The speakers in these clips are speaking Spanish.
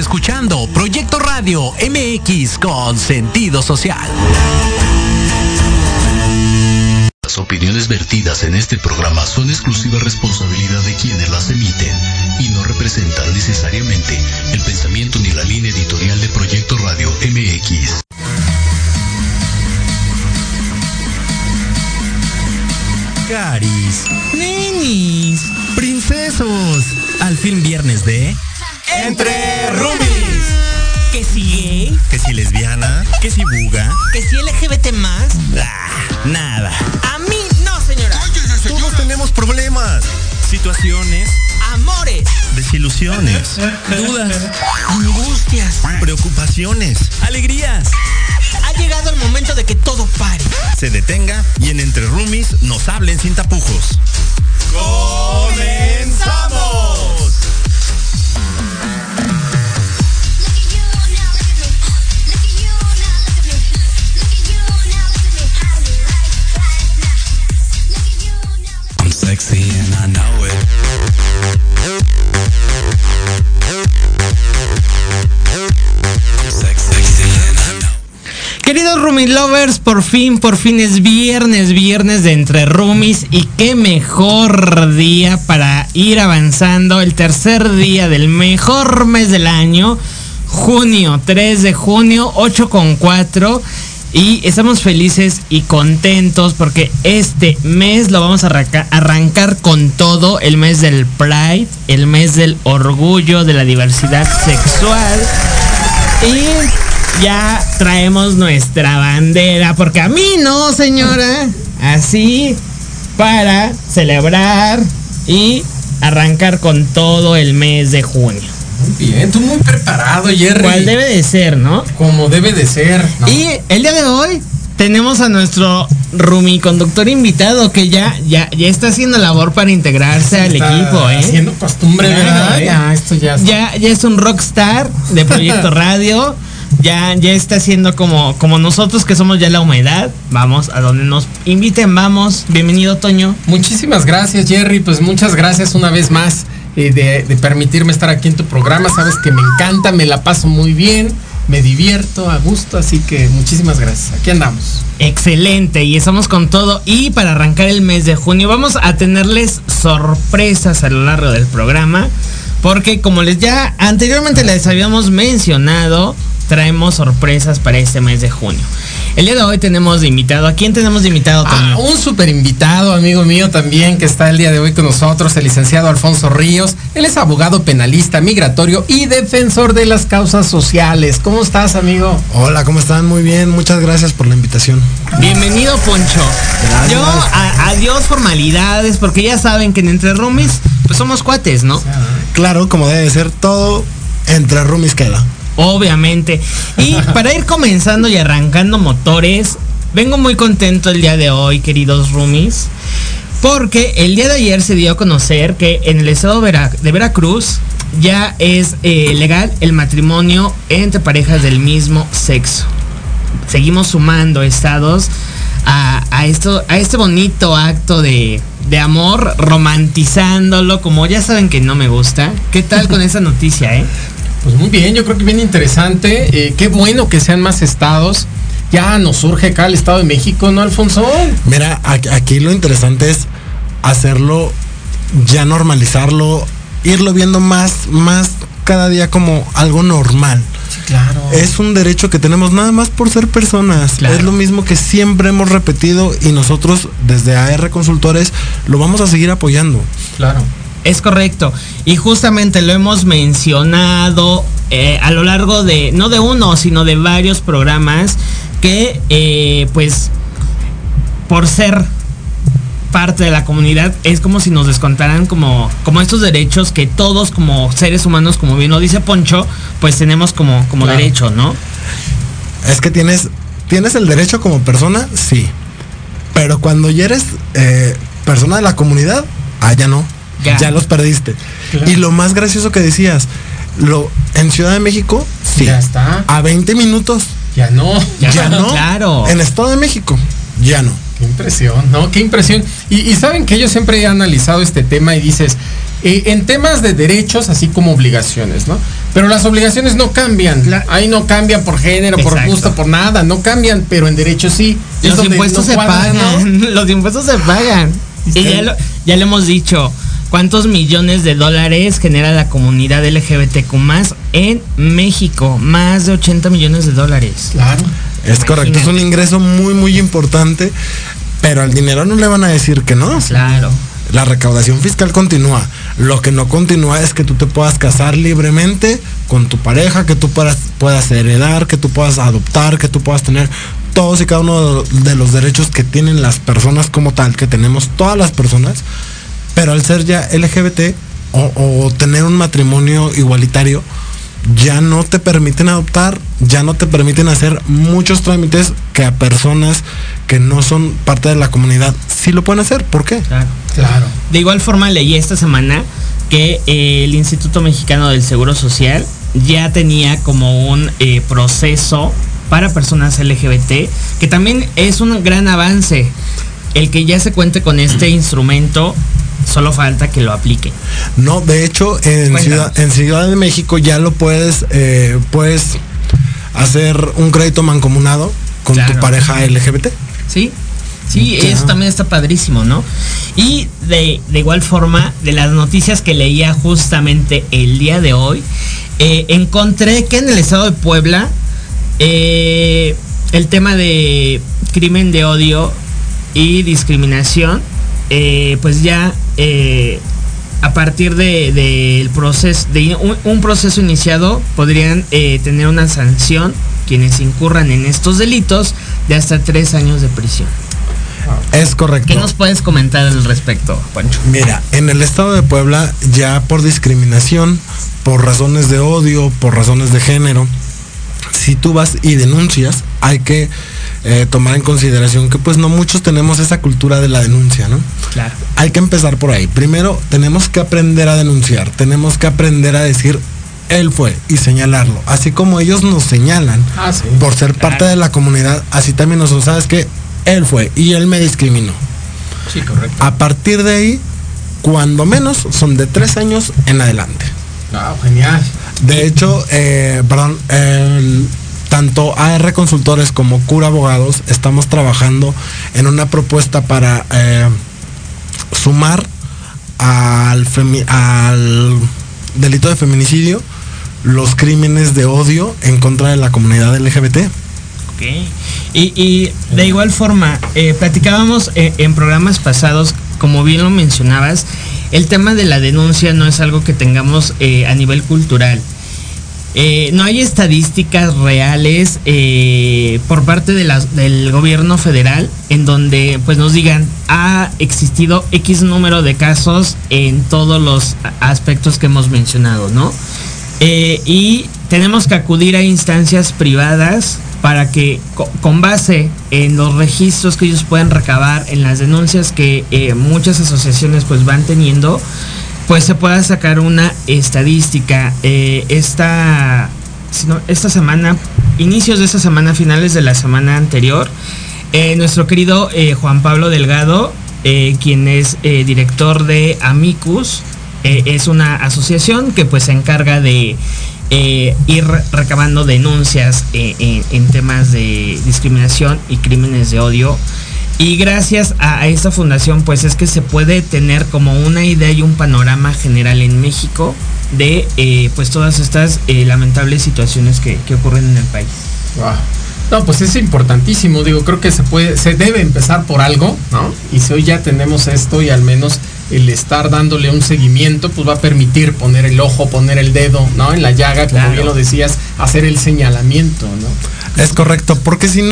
escuchando Proyecto Radio MX con sentido social. Las opiniones vertidas en este programa son exclusiva responsabilidad de quienes las emiten y no representan necesariamente el pensamiento ni la línea editorial de Proyecto Radio MX. Caris, nenis, princesos, al fin viernes de Entre Roomies. ¿Que si gay? ¿Que si lesbiana? ¿Que si buga? ¿Que si LGBT más? Nada. A mí no, señora. Todos tenemos problemas, Situaciones, Amores, desilusiones, dudas, angustias. preocupaciones. alegrías. Ha llegado el momento de que todo pare. Se detenga y en Entre Roomies nos hablen sin tapujos. ¡Comenzamos! I'm sexy and I know it. I'm sexy and I know it. Queridos Roomie Lovers, por fin es viernes de Entre Roomies. Y qué mejor día para ir avanzando. El tercer día del mejor mes del año, junio, 3 de junio, 8:04. Y estamos felices y contentos porque este mes lo vamos a arrancar con todo. El mes del Pride, el mes del orgullo, de la diversidad sexual. Y ya traemos nuestra bandera, porque a mí no, señora. Así, para celebrar y arrancar con todo el mes de junio. Muy bien, tú muy preparado, Jerry. ¿Cuál debe de ser, no? Como debe de ser, ¿no? Y el día de hoy tenemos a nuestro roomie conductor invitado que ya está haciendo labor para integrarse al equipo, ¿eh? Haciendo costumbre, ¿verdad? Ya, Esto ya está. ya es un rockstar de Proyecto Radio. Ya está haciendo como nosotros, que somos ya la humedad. Vamos a donde nos inviten, vamos. Bienvenido, Toño. Muchísimas gracias, Jerry. Pues muchas gracias una vez más de permitirme estar aquí en tu programa. Sabes que me encanta, me la paso muy bien, me divierto a gusto, así que muchísimas gracias. Aquí andamos. Excelente, y estamos con todo. Y para arrancar el mes de junio vamos a tenerles sorpresas a lo largo del programa, porque como ya anteriormente les habíamos mencionado, traemos sorpresas para este mes de junio. El día de hoy tenemos de invitado. ¿A quién tenemos de invitado, Toño? Un súper invitado, amigo mío también, que está el día de hoy con nosotros, el licenciado Alfonso Ríos. Él es abogado penalista, migratorio y defensor de las causas sociales. ¿Cómo estás, amigo? Hola, ¿cómo están? Muy bien, muchas gracias por la invitación. Bienvenido, Poncho. Gracias. Adiós formalidades, porque ya saben que en Entre Roomies pues somos cuates, ¿no? Claro, como debe ser, todo Entre Roomies queda. Obviamente. Y para ir comenzando y arrancando motores, vengo muy contento el día de hoy, queridos roomies, porque el día de ayer se dio a conocer que en el estado de Veracruz ya es legal el matrimonio entre parejas del mismo sexo. Seguimos sumando estados a este bonito acto de amor, romantizándolo, como ya saben que no me gusta. ¿Qué tal con esa noticia, Pues muy bien, yo creo que bien interesante. Qué bueno que sean más estados. Ya nos surge acá el Estado de México, ¿no, Alfonso? Mira, aquí lo interesante es hacerlo, ya normalizarlo, irlo viendo más cada día como algo normal. Sí, claro. Es un derecho que tenemos nada más por ser personas. Claro. Es lo mismo que siempre hemos repetido y nosotros desde AR Consultores lo vamos a seguir apoyando. Claro. Es correcto, y justamente lo hemos mencionado a lo largo de, no de uno, sino de varios programas, que pues por ser parte de la comunidad es como si nos descontaran como estos derechos que todos como seres humanos, como bien lo dice Poncho, pues tenemos como claro, derecho, ¿no? Es que tienes el derecho como persona, sí, pero cuando ya eres persona de la comunidad, ya no. Ya los perdiste. Claro. Y lo más gracioso que decías, en Ciudad de México, sí. Ya está. A 20 minutos. Ya no. Ya no. Claro. En Estado de México, ya no. Qué impresión, ¿no? Qué impresión. Y saben que yo siempre he analizado este tema y dices, en temas de derechos, así como obligaciones, ¿no? Pero las obligaciones no cambian. Ahí no cambian por género, por gusto, por nada. No cambian, pero en derecho sí. Los impuestos se pagan. ¿No? Los impuestos se pagan. Y ya lo hemos dicho. ¿Cuántos millones de dólares genera la comunidad LGBTQ+ en México? Más de 80 millones de dólares. Claro. Es correcto. Es un ingreso muy, muy importante. Pero al dinero no le van a decir que no. Claro. La recaudación fiscal continúa. Lo que no continúa es que tú te puedas casar libremente con tu pareja, que tú puedas heredar, que tú puedas adoptar, que tú puedas tener todos y cada uno de los derechos que tienen las personas como tal, que tenemos todas las personas, pero al ser ya LGBT o tener un matrimonio igualitario, ya no te permiten adoptar, ya no te permiten hacer muchos trámites que a personas que no son parte de la comunidad sí lo pueden hacer. ¿Por qué? Claro. De igual forma leí esta semana que el Instituto Mexicano del Seguro Social ya tenía como un proceso para personas LGBT, que también es un gran avance el que ya se cuente con este instrumento. Solo falta que lo apliquen. No, de hecho, en Ciudad de México ya lo puedes hacer un crédito mancomunado con tu pareja LGBT. Sí, eso también está padrísimo, ¿no? Y de igual forma, de las noticias que leía justamente el día de hoy, encontré que en el estado de Puebla, el tema de crimen de odio y discriminación, pues ya a partir del proceso, de un proceso iniciado, podrían tener una sanción quienes incurran en estos delitos de hasta 3 años de prisión. Es correcto. ¿Qué nos puedes comentar al respecto, Pancho? Mira, en el estado de Puebla, ya por discriminación, por razones de odio, por razones de género, si tú vas y denuncias, hay que tomar en consideración que pues no muchos tenemos esa cultura de la denuncia, ¿no? Claro. Hay que empezar por ahí. Primero, tenemos que aprender a denunciar, tenemos que aprender a decir, él fue, y señalarlo. Así como ellos nos señalan por ser parte de la comunidad, así también nosotros, ¿sabes qué? Él fue, y él me discriminó. Sí, correcto. A partir de ahí, cuando menos, son de 3 años en adelante. Genial. De hecho, tanto AR Consultores como Cura Abogados estamos trabajando en una propuesta para sumar al delito de feminicidio los crímenes de odio en contra de la comunidad LGBT. Ok. Y de igual forma, platicábamos en programas pasados, como bien lo mencionabas, el tema de la denuncia no es algo que tengamos a nivel cultural. No hay estadísticas reales por parte del gobierno federal en donde pues nos digan ha existido X número de casos en todos los aspectos que hemos mencionado, ¿no? Y tenemos que acudir a instancias privadas para que con base en los registros que ellos pueden recabar, en las denuncias que muchas asociaciones pues van teniendo, pues se pueda sacar una estadística. Esta semana, inicios de esta semana, finales de la semana anterior, nuestro querido Juan Pablo Delgado, quien es director de Amicus, es una asociación que pues se encarga de ir recabando denuncias en temas de discriminación y crímenes de odio. Y gracias a esta fundación pues es que se puede tener como una idea y un panorama general en México de pues todas estas lamentables situaciones que ocurren en el país. Wow. No, pues es importantísimo, digo, creo que se debe empezar por algo, ¿no? Y si hoy ya tenemos esto y al menos el estar dándole un seguimiento, pues va a permitir poner el ojo, poner el dedo, ¿no? En la llaga, como bien lo decías, hacer el señalamiento, ¿no? Es correcto, porque si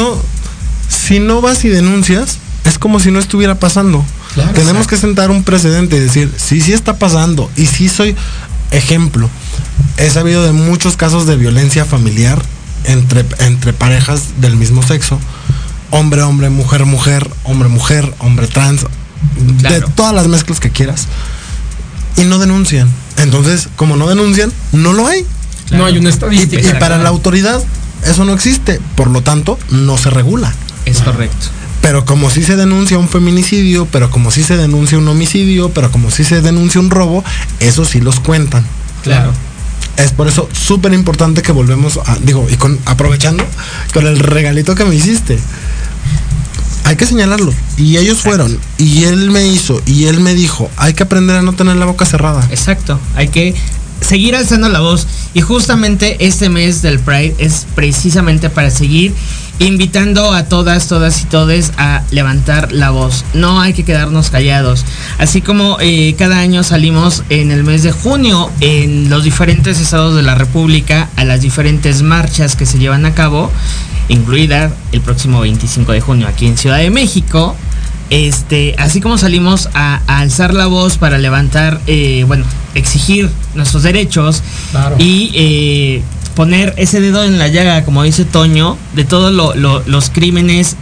no vas y denuncias, es como si no estuviera pasando. Claro, tenemos que sentar un precedente y decir, sí está pasando, y sí soy ejemplo. He sabido de muchos casos de violencia familiar entre parejas del mismo sexo, hombre, mujer, hombre trans, claro, de todas las mezclas que quieras, y no denuncian. Entonces, como no denuncian, no lo hay. Claro. No hay una estadística. Y para la autoridad eso no existe, por lo tanto no se regula. Es correcto. Pero como sí se denuncia un feminicidio, pero como sí se denuncia un homicidio, pero como sí se denuncia un robo, eso sí los cuentan. Claro. Es por eso súper importante que volvemos a, aprovechando con el regalito que me hiciste. Hay que señalarlo. Y ellos fueron. Y él me hizo. Y él me dijo, hay que aprender a no tener la boca cerrada. Exacto. Hay que seguir alzando la voz. Y justamente este mes del Pride es precisamente para seguir invitando a todas y todes a levantar la voz. No hay que quedarnos callados. Así como cada año salimos en el mes de junio en los diferentes estados de la República a las diferentes marchas que se llevan a cabo, incluida el próximo 25 de junio aquí en Ciudad de México. Así como salimos a alzar la voz para levantar, exigir nuestros derechos. Claro. Y poner ese dedo en la llaga, como dice Toño, de todos los crímenes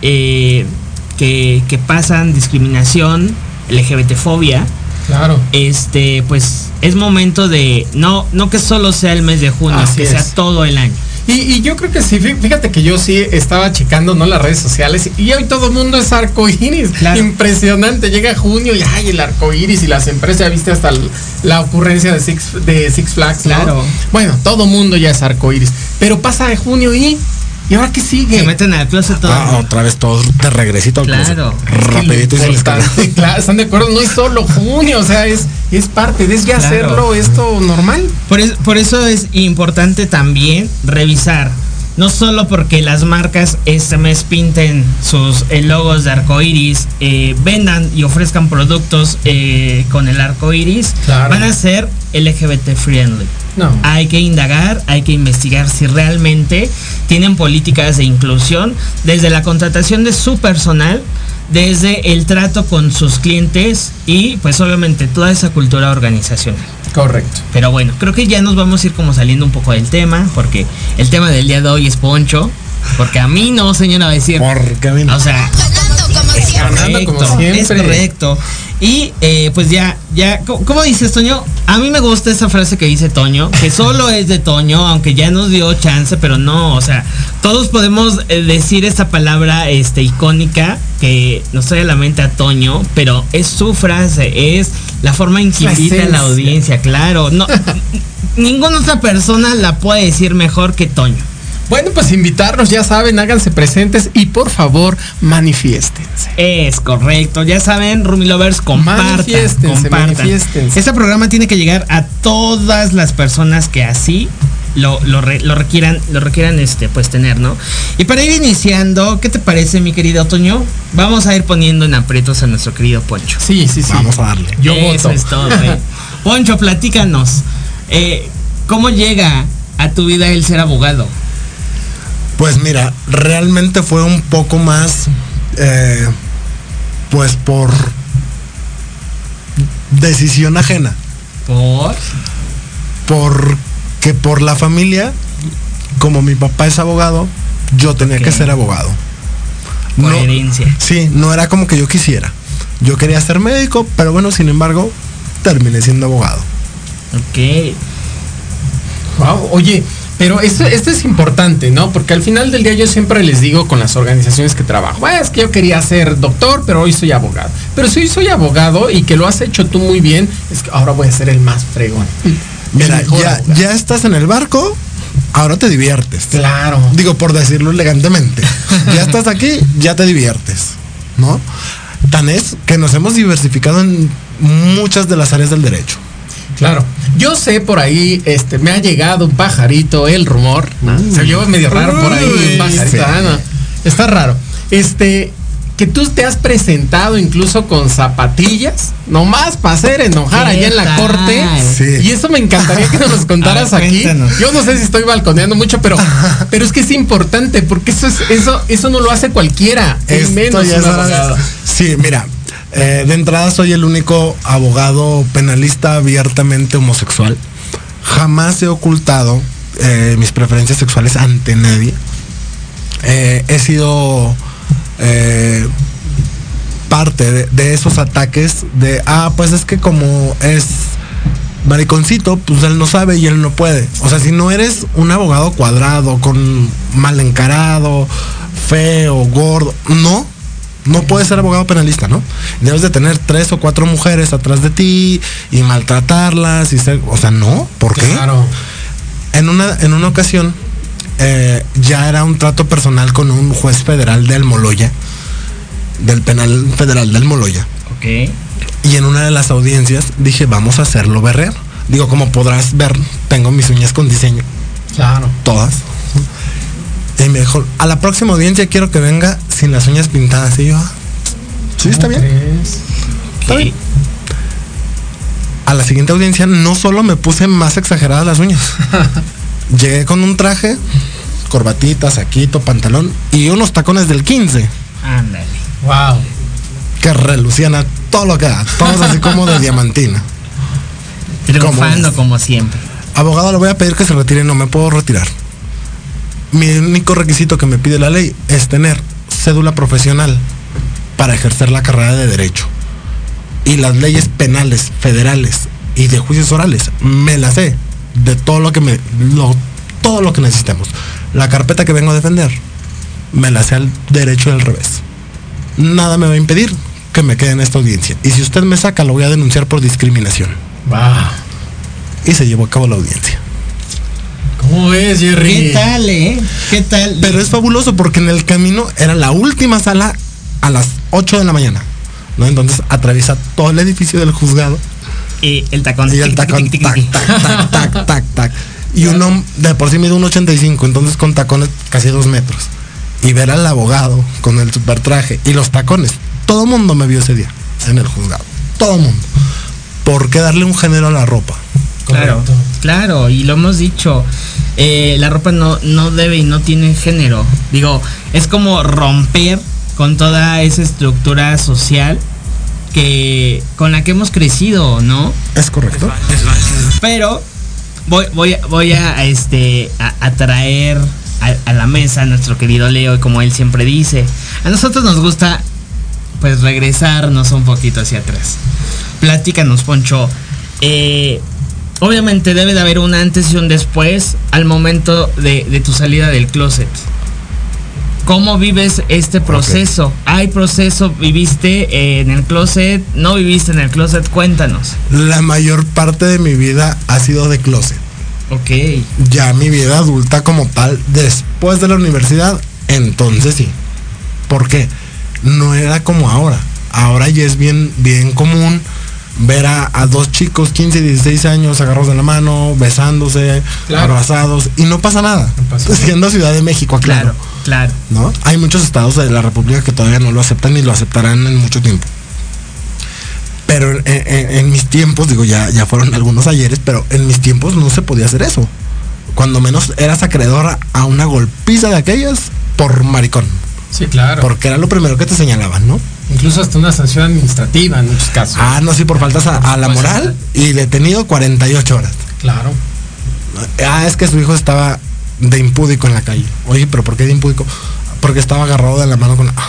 que pasan, discriminación, LGBTfobia. Claro. Pues es momento de no que solo sea el mes de junio, que sea todo el año. Y yo creo que sí, fíjate que yo sí estaba checando, ¿no?, las redes sociales, y hoy todo el mundo es arcoíris. Claro. Impresionante. Llega junio y ¡ay, el arcoíris! Y las empresas, ya viste hasta la ocurrencia de Six Flags, ¿no? Claro. Bueno, todo el mundo ya es arcoíris. Pero pasa de junio y ahora qué sigue. Se meten al closet todo. Otra vez todos de regresito al closet. Claro. Rapidito y se les cae. Claro, están de acuerdo, no es solo junio, o sea, es parte de ya hacerlo esto normal. Por eso es importante también revisar. No solo porque las marcas este mes pinten sus logos de arcoiris, vendan y ofrezcan productos con el arcoiris, claro, van a ser LGBT friendly. No. Hay que indagar, hay que investigar si realmente tienen políticas de inclusión desde la contratación de su personal, desde el trato con sus clientes y pues obviamente toda esa cultura organizacional. Correcto. Pero bueno, creo que ya nos vamos a ir como saliendo un poco del tema, porque el tema del día de hoy es Poncho. Porque a mí no, señora, va a decir. Porque a mí no. O sea, ganando como siempre. Es correcto. Y pues ya, ¿cómo dices, Toño? A mí me gusta esa frase que dice Toño, que solo es de Toño, aunque ya nos dio chance, pero no, o sea, todos podemos decir esta palabra icónica que nos trae a la mente a Toño, pero es su frase, es la forma en que invita a la audiencia, claro. No, ninguna otra persona la puede decir mejor que Toño. Bueno, pues invitarlos, ya saben, háganse presentes y por favor manifiéstense. Es correcto, ya saben, Rumi Lovers, compartan. Este programa tiene que llegar a todas las personas que así lo requieran pues tener, ¿no? Y para ir iniciando, ¿qué te parece, mi querido Toño? Vamos a ir poniendo en aprietos a nuestro querido Poncho. Sí. Vamos a darle. Yo voto. Eso es todo, Poncho, platícanos. ¿Cómo llega a tu vida el ser abogado? Pues mira, realmente fue un poco más, pues por decisión ajena. Porque por la familia, como mi papá es abogado, yo tenía que ser abogado. Por herencia. Sí, no era como que yo quisiera. Yo quería ser médico, pero bueno, sin embargo, terminé siendo abogado. Ok. Wow, oye, pero esto es importante, ¿no? Porque al final del día yo siempre les digo con las organizaciones que trabajo, es que yo quería ser doctor, pero hoy soy abogado. Pero si hoy soy abogado y que lo has hecho tú muy bien, es que ahora voy a ser el más fregón. Mira, ya estás en el barco, ahora te diviertes. Claro. Digo, por decirlo elegantemente. Ya estás aquí, ya te diviertes, ¿no? Tan es que nos hemos diversificado en muchas de las áreas del derecho. Claro. Yo sé por ahí, me ha llegado un pajarito, el rumor, ¿no? Se oyó medio raro por ahí, un pajarito. Sí. No, está raro. Que tú te has presentado incluso con zapatillas, nomás para hacer enojar allá en la corte. Sí. Y eso me encantaría que nos los contaras aquí. Cuéntanos. Yo no sé si estoy balconeando mucho, pero es que es importante, porque eso no lo hace cualquiera. Menos un abogado. Sí, mira. De entrada soy el único abogado penalista abiertamente homosexual. Jamás he ocultado mis preferencias sexuales ante nadie. He sido parte de esos ataques de, pues es que como es mariconcito, pues él no sabe y él no puede. O sea, si no eres un abogado cuadrado, con mal encarado, feo, gordo, no puedes ser abogado penalista, ¿no? Debes de tener 3 o 4 mujeres atrás de ti y maltratarlas y ser, o sea, no, ¿por qué? Claro. En una ocasión, ya era un trato personal con un juez federal de Almoloya, del penal federal de Almoloya. Ok. Y en una de las audiencias dije, vamos a hacerlo berrear. Digo, como podrás ver, tengo mis uñas con diseño. Claro. Todas. Y me dijo, a la próxima audiencia quiero que venga sin las uñas pintadas. Y yo, sí, está bien. Está bien. A la siguiente audiencia no solo me puse más exageradas las uñas. Llegué con un traje, corbatita, saquito, pantalón y unos tacones del 15. Ándale. Wow. Que relucían a todo lo que da. Todos así como de diamantina. Triunfando como siempre. Abogado, le voy a pedir que se retire, no me puedo retirar. Mi único requisito que me pide la ley es tener cédula profesional para ejercer la carrera de Derecho. Y las leyes penales, federales y de juicios orales, me las sé. De todo lo que todo lo que necesitemos. La carpeta que vengo a defender, me la sé al derecho y al revés. Nada me va a impedir que me quede en esta audiencia. Y si usted me saca, lo voy a denunciar por discriminación. Wow. Y se llevó a cabo la audiencia. ¿Cómo ves, Jerry? ¿Qué tal, ¿Qué tal? Pero es fabuloso porque en el camino era la última sala a las 8 de la mañana, ¿no? Entonces atraviesa todo el edificio del juzgado. Y el tacón. Y el tacón, tac. Y uno de por sí mide 1.85, entonces con tacones casi 2 metros. Y ver al abogado con el super traje y los tacones. Todo mundo me vio ese día en el juzgado. Todo mundo. ¿Por qué darle un género a la ropa? Claro, y lo hemos dicho, la ropa no debe y no tiene género. Digo, es como romper con toda esa estructura social con la que hemos crecido, ¿no? Es correcto. Pero voy a traer a la mesa a nuestro querido Leo, y como él siempre dice, a nosotros nos gusta pues regresarnos un poquito hacia atrás. Platícanos, Poncho. Obviamente debe de haber un antes y un después al momento de tu salida del closet. ¿Cómo vives este proceso? Okay. ¿Hay proceso? ¿Viviste en el closet? ¿No viviste en el closet? Cuéntanos. La mayor parte de mi vida ha sido de closet. Ok. Ya mi vida adulta como tal, después de la universidad, entonces sí. ¿Por qué? No era como ahora. Ahora ya es bien común ver a dos chicos 15 y 16 años agarrados de la mano, besándose, claro, abrazados, y no pasa nada. Siendo Ciudad de México, aclaro. Claro. ¿No? Hay muchos estados de la República que todavía no lo aceptan y lo aceptarán en mucho tiempo. Pero en mis tiempos, digo, ya fueron algunos ayeres, pero en mis tiempos no se podía hacer eso. Cuando menos eras acreedor a una golpiza de aquellas por maricón. Sí, claro. Porque era lo primero que te señalaban, ¿no? Incluso hasta una sanción administrativa en muchos casos. Ah, no, sí, por faltas a la moral y detenido 48 horas. Claro. Ah, es que su hijo estaba de impúdico en la calle. Oye, ¿pero por qué de impúdico? Porque estaba agarrado de la mano con...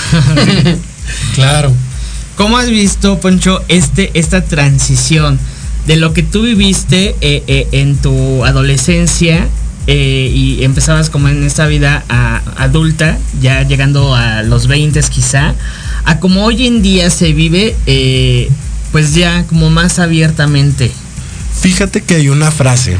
Claro. ¿Cómo has visto, Poncho, esta transición de lo que tú viviste en tu adolescencia y empezabas como en esta vida adulta, ya llegando a los 20 quizá, a como hoy en día se vive pues ya como más abiertamente? Fíjate que hay una frase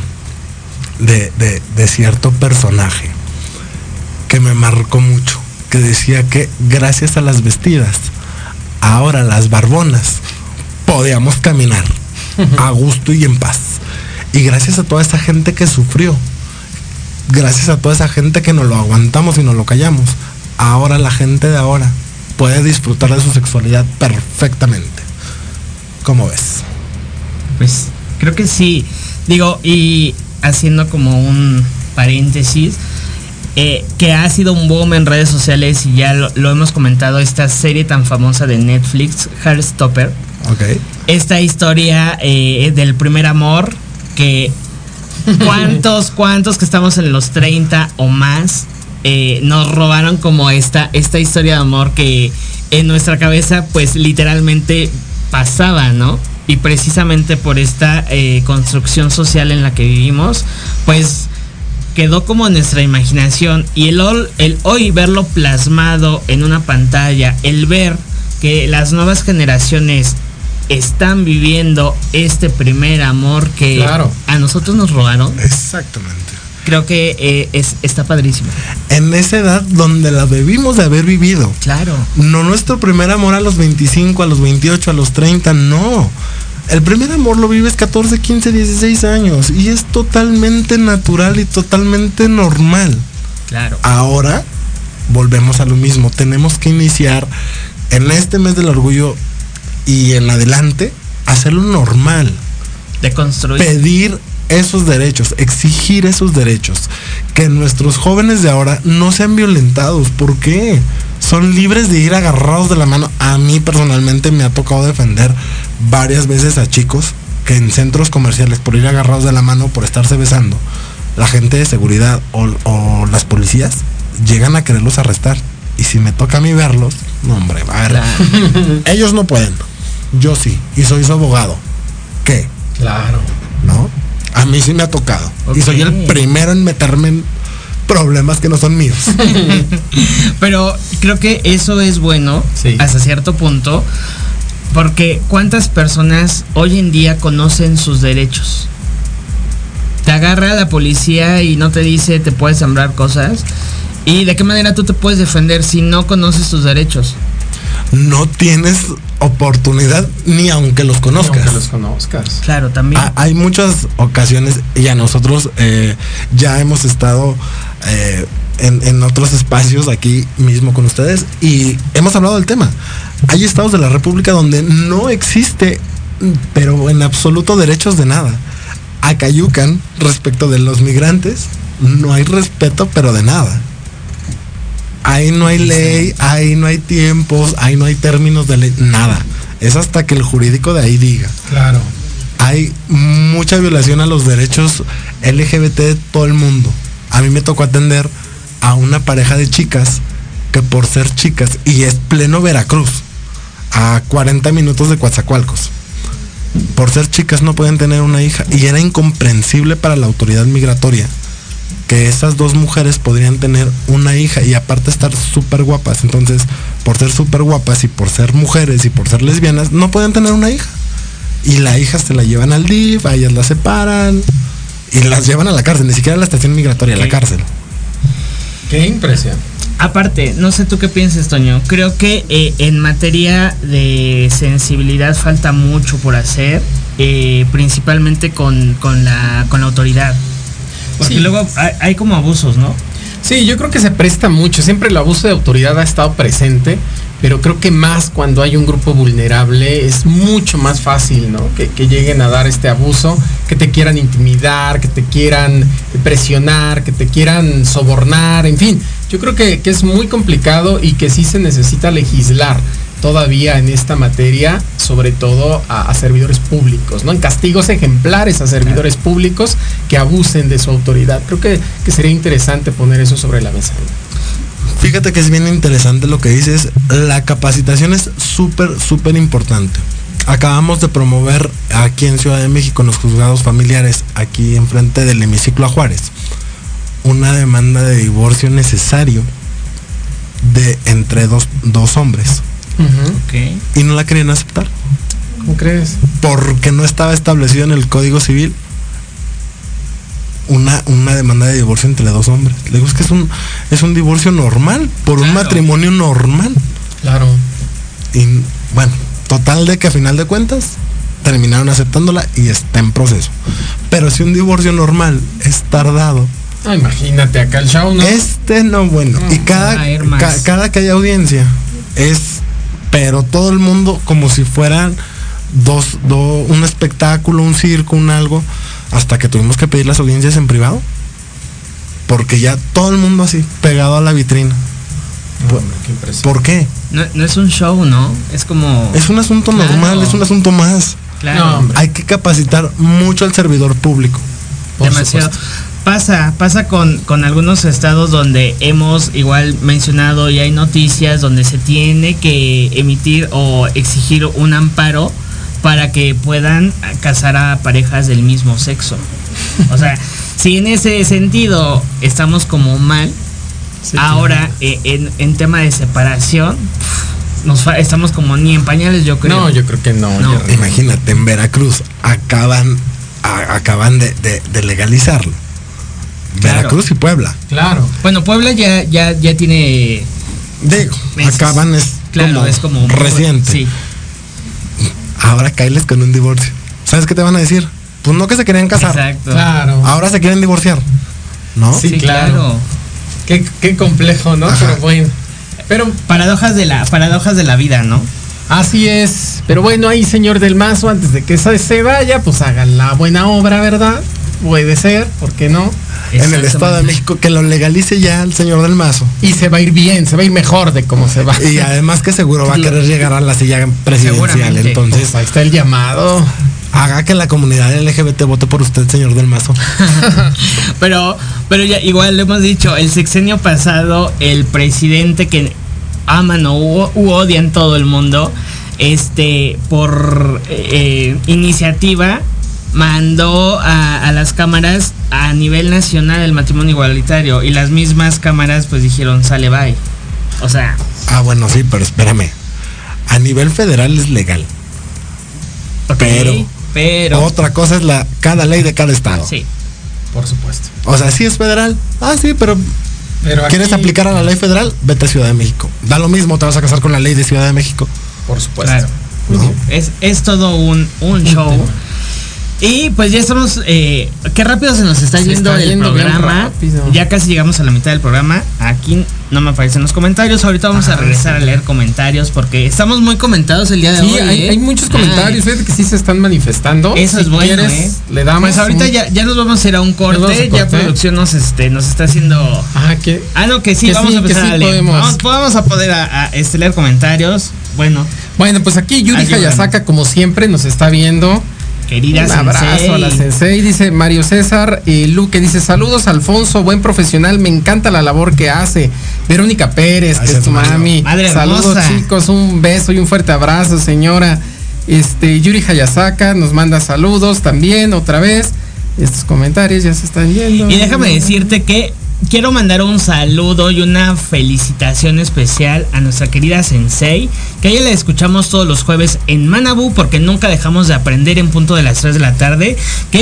de cierto personaje que me marcó mucho, que decía que gracias a las vestidas, ahora las barbonas podíamos caminar a gusto y en paz. Y gracias a toda esa gente que sufrió, gracias a toda esa gente que nos lo aguantamos y nos lo callamos, ahora la gente de ahora puede disfrutar de su sexualidad perfectamente. ¿Cómo ves? Pues creo que sí. Digo, y haciendo como un paréntesis, que ha sido un boom en redes sociales y ya lo hemos comentado, esta serie tan famosa de Netflix, Heartstopper. Okay. Esta historia del primer amor, que ¿cuántos que estamos en los 30 o más nos robaron como esta historia de amor que en nuestra cabeza pues literalmente pasaba, ¿no? Y precisamente por esta construcción social en la que vivimos, pues quedó como en nuestra imaginación. Y el hoy verlo plasmado en una pantalla, el ver que las nuevas generaciones están viviendo este primer amor que a nosotros nos robaron. Exactamente. Creo que está padrísimo. En esa edad donde la debimos de haber vivido. Claro. No nuestro primer amor a los 25, a los 28, a los 30, no. El primer amor lo vives 14, 15, 16 años y es totalmente natural y totalmente normal. Claro. Ahora volvemos a lo mismo. Tenemos que iniciar en este mes del orgullo y en adelante hacerlo normal. De construir. Pedir esos derechos, exigir esos derechos. Que nuestros jóvenes de ahora no sean violentados. ¿Por qué? Son libres de ir agarrados de la mano. A mí personalmente me ha tocado defender varias veces a chicos que en centros comerciales, por ir agarrados de la mano, por estarse besando, la gente de seguridad o las policías llegan a quererlos arrestar. Y si me toca a mí verlos, no hombre, a ver, ellos no pueden, yo sí, y soy su abogado. ¿Qué? Claro. ¿No? A mí sí me ha tocado. Okay. Y soy el primero en meterme en problemas que no son míos. Pero creo que eso es bueno, hasta cierto punto, porque ¿cuántas personas hoy en día conocen sus derechos? Te agarra la policía y no te dice te puedes sembrar cosas. ¿Y de qué manera tú te puedes defender si no conoces tus derechos? No tienes oportunidad ni aunque los conozcas. Ni aunque los conozcas. Claro, también. Hay muchas ocasiones y a nosotros ya hemos estado en otros espacios aquí mismo con ustedes y hemos hablado del tema. Hay estados de la República donde no existe, pero en absoluto, derechos de nada. Acayucan, respecto de los migrantes, no hay respeto, pero de nada. Ahí no hay ley, ahí no hay tiempos, ahí no hay términos de ley, nada. Es hasta que el jurídico de ahí diga. Claro. Hay mucha violación a los derechos LGBT de todo el mundo. A mí me tocó atender a una pareja de chicas que por ser chicas, y es pleno Veracruz, a 40 minutos de Coatzacoalcos, por ser chicas no pueden tener una hija, y era incomprensible para la autoridad migratoria que esas dos mujeres podrían tener una hija y aparte estar súper guapas. Entonces, por ser súper guapas y por ser mujeres y por ser lesbianas, no pueden tener una hija. Y la hija se la llevan al DIF, a ellas la separan y las llevan a la cárcel, ni siquiera a la estación migratoria, a la cárcel. Qué impresión. Aparte, no sé tú qué piensas, Toño. Creo que en materia de sensibilidad falta mucho por hacer, principalmente con la autoridad. Porque luego hay como abusos, ¿no? Sí, yo creo que se presta mucho. Siempre el abuso de autoridad ha estado presente, pero creo que más cuando hay un grupo vulnerable es mucho más fácil, ¿no? Que lleguen a dar este abuso, que te quieran intimidar, que te quieran presionar, que te quieran sobornar, en fin. Yo creo que es muy complicado y que sí se necesita legislar todavía en esta materia, sobre todo a servidores públicos, ¿no? En castigos ejemplares a servidores públicos que abusen de su autoridad. Creo que sería interesante poner eso sobre la mesa. Fíjate que es bien interesante lo que dices. La capacitación es súper importante. Acabamos de promover aquí en Ciudad de México, en los juzgados familiares, aquí enfrente del hemiciclo a Juárez, una demanda de divorcio necesario entre dos hombres. Okay. Y no la querían aceptar. ¿Cómo crees? Porque no estaba establecido en el Código Civil una demanda de divorcio entre dos hombres. Le digo, es que es un divorcio normal, por un matrimonio normal. Claro. Y bueno, total de que a final de cuentas terminaron aceptándola y está en proceso. Pero si un divorcio normal es tardado, imagínate acá el show, ¿no? No, bueno. Y cada que hay audiencia pero todo el mundo como si fueran un espectáculo, un circo, un algo, hasta que tuvimos que pedir las audiencias en privado, porque ya todo el mundo así, pegado a la vitrina. ¿Por qué? No es un show, ¿no? Es como... Es un asunto normal, es un asunto más. Claro. Hay que capacitar mucho al servidor público. Demasiado. Pasa con algunos estados donde hemos igual mencionado y hay noticias donde se tiene que emitir o exigir un amparo para que puedan casar a parejas del mismo sexo. O sea, si en ese sentido estamos como mal, ahora en tema de separación, estamos como ni en pañales, yo creo. No, yo creo que no. Imagínate, en Veracruz acaban de legalizarlo. Claro. Veracruz y Puebla. Claro. Bueno, Puebla ya tiene... Digo, meses. acaban es como reciente. Sí. Ahora cáiles con un divorcio. ¿Sabes qué te van a decir? Pues no, que se querían casar. Exacto. Claro. Ahora se quieren divorciar. ¿No? Sí, claro. Qué complejo, ¿no? Ajá. Pero Paradojas de la vida, ¿no? así es. Pero bueno, ahí, señor del Mazo, antes de que se vaya, pues hagan la buena obra, ¿verdad? Puede ser, ¿por qué no? En el Estado de México, que lo legalice ya el señor del Mazo. Y se va a ir bien, se va a ir mejor de cómo se va. Y además que seguro va a querer llegar a la silla presidencial. Seguramente. Entonces, Pues ahí está el llamado. haga que la comunidad LGBT vote por usted, señor del Mazo. pero ya igual lo hemos dicho, el sexenio pasado, el presidente que aman o odian todo el mundo, por iniciativa mandó a las cámaras a nivel nacional el matrimonio igualitario, y las mismas cámaras pues dijeron sale bye. O sea, Bueno, sí, pero espérame. A nivel federal es legal. okay, pero Otra cosa es cada ley de cada estado. sí. Por supuesto. O sea, sí es federal. Sí, pero Pero ¿quieres aquí, aplicar a la ley federal? Vete a Ciudad de México. Da lo mismo, te vas a casar con la ley de Ciudad de México. por supuesto. Claro. ¿No? Es todo un show. tema. Y pues ya estamos, qué rápido se nos está Se yendo está el yendo bien programa. rápido. Ya casi llegamos a la mitad del programa. Aquí no me aparecen los comentarios. Ahorita vamos a regresar a leer comentarios porque estamos muy comentados el día de Sí, hoy. hay muchos comentarios, fíjate que sí se están manifestando. Eso Si es bueno, quieres, le damos. Pues ahorita ya nos vamos a ir a un vamos corte. a Ya corte. producción nos está haciendo. Que No, que sí, Que vamos sí, a empezar que sí a leer. podemos. Vamos a poder leer comentarios. Bueno, Pues aquí Yuri Ayúdanos. Hayasaka, como siempre, nos está viendo. querida Un abrazo Sensei. a la Sensei, dice Mario César. Luque dice: saludos, Alfonso, buen profesional, me encanta la labor que hace. Verónica Pérez, que Gracias, es tu Mario. mami. Madre Saludos, hermosa. chicos, un beso y un fuerte abrazo, señora. Yuri Hayasaka nos manda saludos también, otra vez. Estos comentarios ya se están yendo. Y déjame decirte que quiero mandar un saludo y una felicitación especial a nuestra querida Sensei, que a ella la escuchamos todos los jueves en Manabu, porque nunca dejamos de aprender en punto de las 3 de la tarde,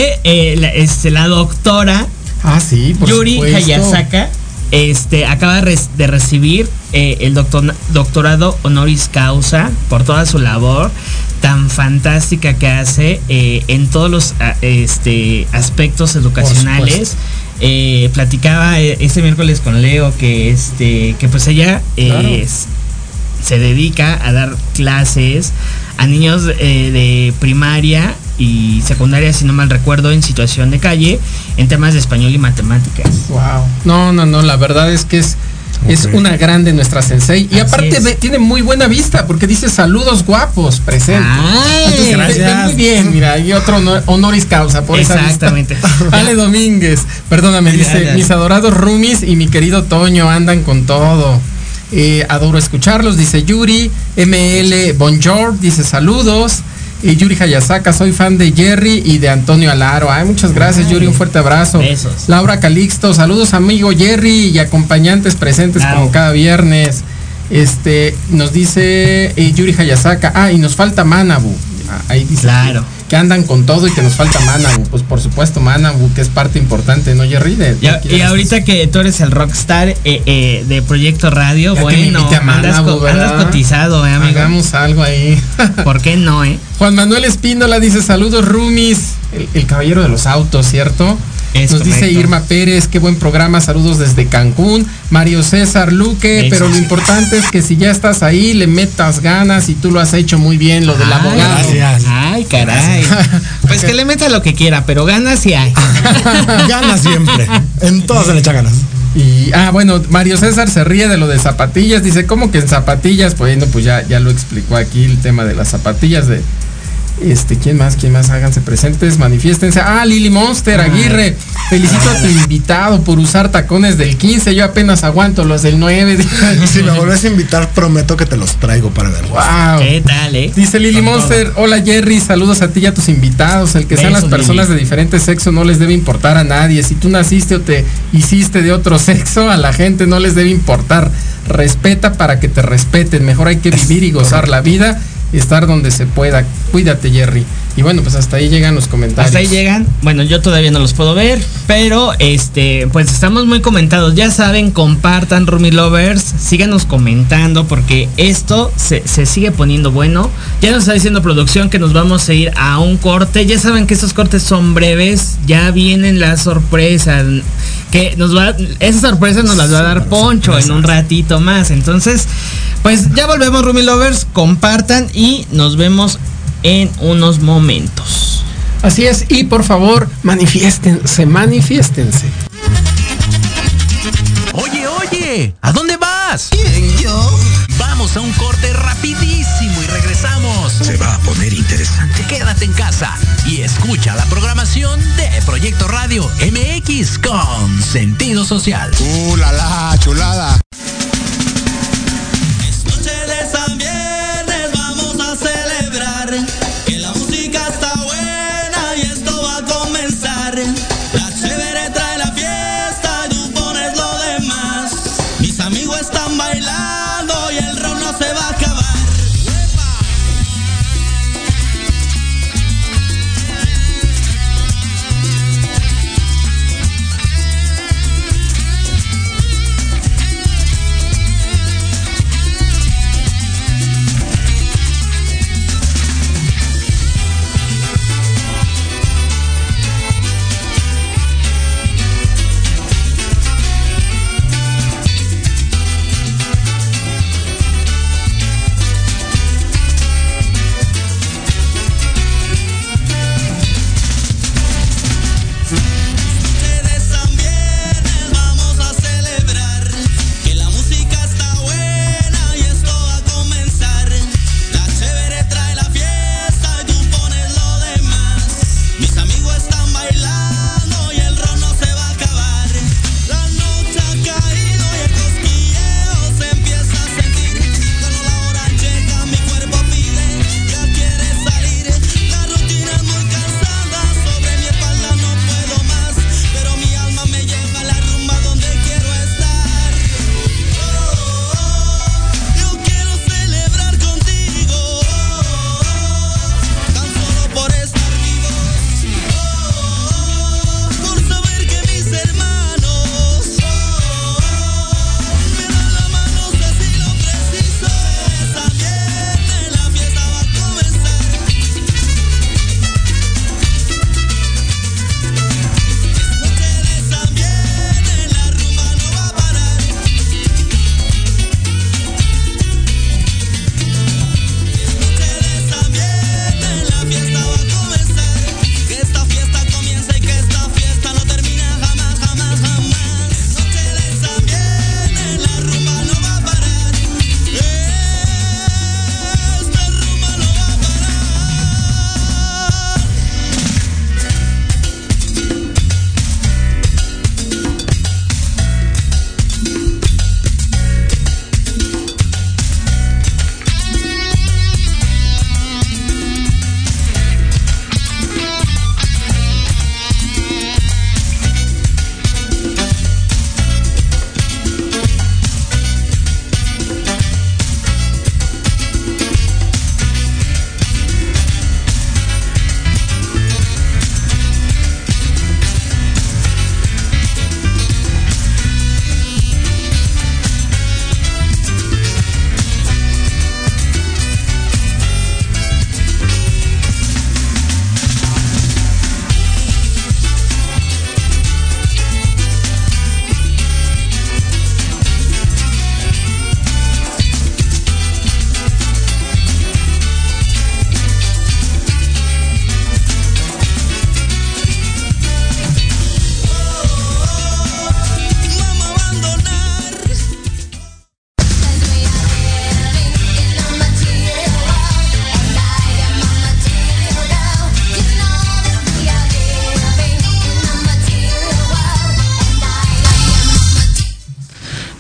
que la doctora Sí, por Yuri supuesto. Hayasaka acaba de recibir el doctorado honoris causa por toda su labor tan fantástica que hace en todos los aspectos educacionales. Platicaba este miércoles con Leo que pues ella Claro. se dedica a dar clases a niños de primaria y secundaria, si no mal recuerdo, en situación de calle, en temas de español y matemáticas. Wow. No, la verdad es que es una grande nuestra Sensei. Y Así aparte es. tiene muy buena vista porque dice saludos guapos, presente. Ay, Entonces, gracias. ve muy bien, mira, hay otro honoris causa por esa vista. Exactamente. Ale Domínguez, perdóname, dice: Gracias. mis adorados roomies y mi querido Toño andan con todo. Adoro escucharlos, dice Yuri. ML Bonjour dice saludos. Yuri Hayasaka, soy fan de Jerry y de Antonio Alaro. Muchas gracias, Yuri, un fuerte abrazo. Besos. Laura Calixto, saludos amigo Jerry y acompañantes presentes Claro. como cada viernes. Nos dice Yuri Hayasaka, y nos falta Manabu. Ahí dice Claro. que andan con todo y que nos falta Manabu. Pues por supuesto Manabu, que es parte importante, ¿no, Jerry? Y ahorita que tú eres el rockstar de Proyecto Radio, Ya que me bueno, invite a Manabu, andas ¿verdad? cotizado, amigo. Hagamos algo ahí. ¿Por qué no, Juan Manuel Espíndola dice: saludos roomies, el caballero de los autos, ¿cierto? Es Nos dice correcto. Irma Pérez: qué buen programa, saludos desde Cancún. Mario César Luque: Besos. pero lo importante es que si ya estás ahí, le metas ganas, y tú lo has hecho muy bien, lo del abogado. gracias. Ay, caray. Pues que le meta lo que quiera, pero ganas sí hay. Gana siempre. En todas se le echa ganas. Y bueno, Mario César se ríe de lo de zapatillas, dice: ¿cómo que en zapatillas? Bueno, pues ya lo explicó aquí el tema de las zapatillas ¿Quién más? Háganse presentes, manifiéstense. Lili Monster Aguirre, felicito a tu invitado por usar tacones del 15, yo apenas aguanto los del 9. Y si me vuelves a invitar, prometo que te los traigo para verlos. Wow. ¿Qué tal, Dice Lili Monster, hola Jerry, saludos a ti y a tus invitados. El que sean las personas de diferente sexo no les debe importar a nadie. Si tú naciste o te hiciste de otro sexo, a la gente no les debe importar. Respeta para que te respeten. Mejor hay que vivir y gozar la vida, estar donde se pueda. Cuídate, Jerry. Y bueno, pues hasta ahí llegan los comentarios. Hasta ahí llegan. Bueno, yo todavía no los puedo ver, pero pues estamos muy comentados. Ya saben, compartan, Roomie Lovers, síganos comentando porque esto se sigue poniendo bueno. Ya nos está diciendo producción que nos vamos a ir a un corte. Ya saben que estos cortes son breves. Ya vienen las sorpresas que esa sorpresa nos las va a dar Poncho en un ratito más. Entonces, pues ya volvemos, Roomie Lovers, compartan y nos vemos en unos momentos. Así es, y por favor, manifiéstense. Oye, ¿a dónde vas? ¿Quién, yo? Vamos a un corte rapidísimo y regresamos. Se va a poner interesante. Quédate en casa y escucha la programación de Proyecto Radio MX con sentido social. La chulada.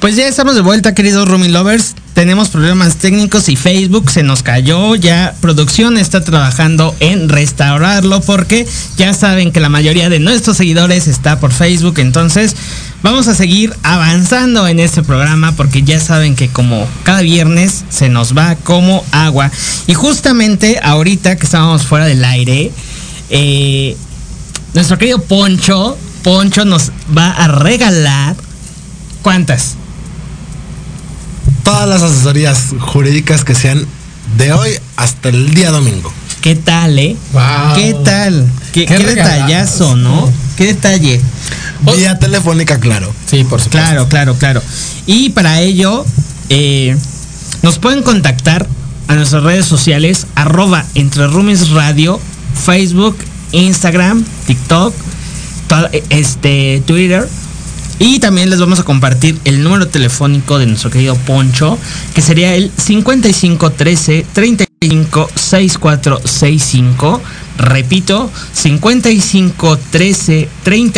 Pues ya estamos de vuelta, queridos Roomie Lovers. Tenemos problemas técnicos y Facebook se nos cayó. Ya producción está trabajando en restaurarlo porque ya saben que la mayoría de nuestros seguidores está por Facebook. Entonces vamos a seguir avanzando en este programa porque ya saben que como cada viernes se nos va como agua. Y justamente ahorita que estábamos fuera del aire, nuestro querido Poncho nos va a regalar ¿cuántas? Todas las asesorías jurídicas que sean de hoy hasta el día domingo. ¿Qué tal, Wow. ¿Qué tal? ¿Qué detallazo, ¿no? ¿Qué detalle? Vía telefónica, claro. Sí, por supuesto. Claro. Y para ello, nos pueden contactar a nuestras redes sociales, @EntreRoomiesRadio, Facebook, Instagram, TikTok, Twitter. Y también les vamos a compartir el número telefónico de nuestro querido Poncho, que sería el 5513 356465. Repito, 5513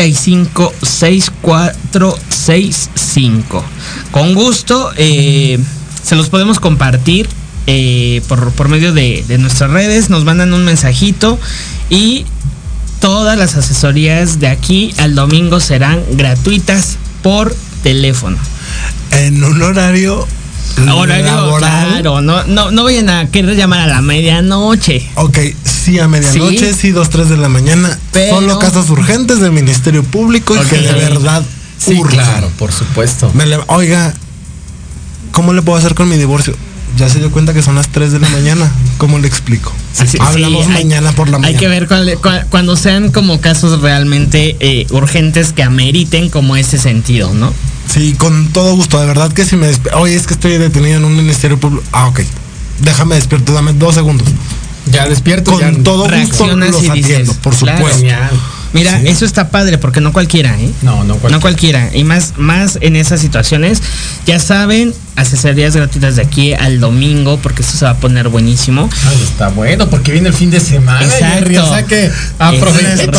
356465. Con gusto se los podemos compartir por medio de nuestras redes. Nos mandan un mensajito y todas las asesorías de aquí al domingo serán gratuitas por teléfono. En un horario laboral. Claro, no vayan a querer llamar a la medianoche. Ok, sí a medianoche, sí 2, 3 de la mañana. Pero... Solo casos urgentes del Ministerio Público y que de verdad sí, urgen. claro, por supuesto. Oiga, ¿cómo le puedo hacer con mi divorcio? Ya se dio cuenta que son las 3 de la mañana. ¿Cómo le explico? Hablamos mañana por la mañana. Hay que ver cuando sean como casos realmente urgentes que ameriten como ese sentido, ¿no? Sí, con todo gusto. De verdad que si me oye, es que estoy detenido en un ministerio público. Ok. Déjame despierto, dame 2 segundos. Ya despierto. Con ya todo gusto los atiendo, por supuesto. Genial. Mira, Sí. eso está padre porque no cualquiera, No cualquiera. No cualquiera. Y más en esas situaciones. Ya saben, asesorías gratuitas de aquí al domingo porque esto se va a poner buenísimo. Ay, está bueno porque viene el fin de semana. Exacto. Jerry, o sea que aprovechen.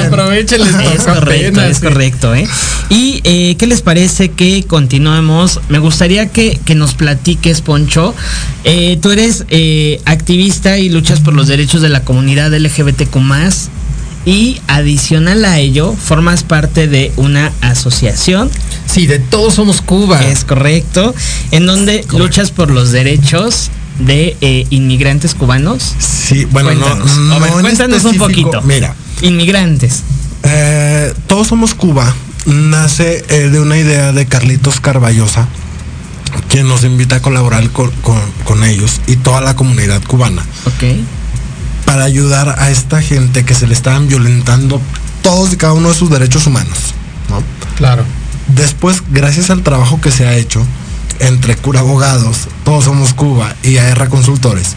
Es correcto. Y ¿qué les parece que continuemos? Me gustaría que nos platiques, Poncho. Tú eres activista y luchas por los derechos de la comunidad LGBTQ+. Y adicional a ello, formas parte de una asociación. Sí, de Todos Somos Cuba. Es correcto. En donde luchas por los derechos de inmigrantes cubanos. Sí, bueno, Cuéntanos. no A ver, en cuéntanos un específico. poquito. Mira, Inmigrantes. Todos Somos Cuba nace de una idea de Carlitos Carballosa, quien nos invita a colaborar con ellos y toda la comunidad cubana. Ok. Para ayudar a esta gente que se le estaban violentando todos y cada uno de sus derechos humanos, ¿no? Claro. Después, gracias al trabajo que se ha hecho entre Cura Abogados, Todos Somos Cuba y AR Consultores,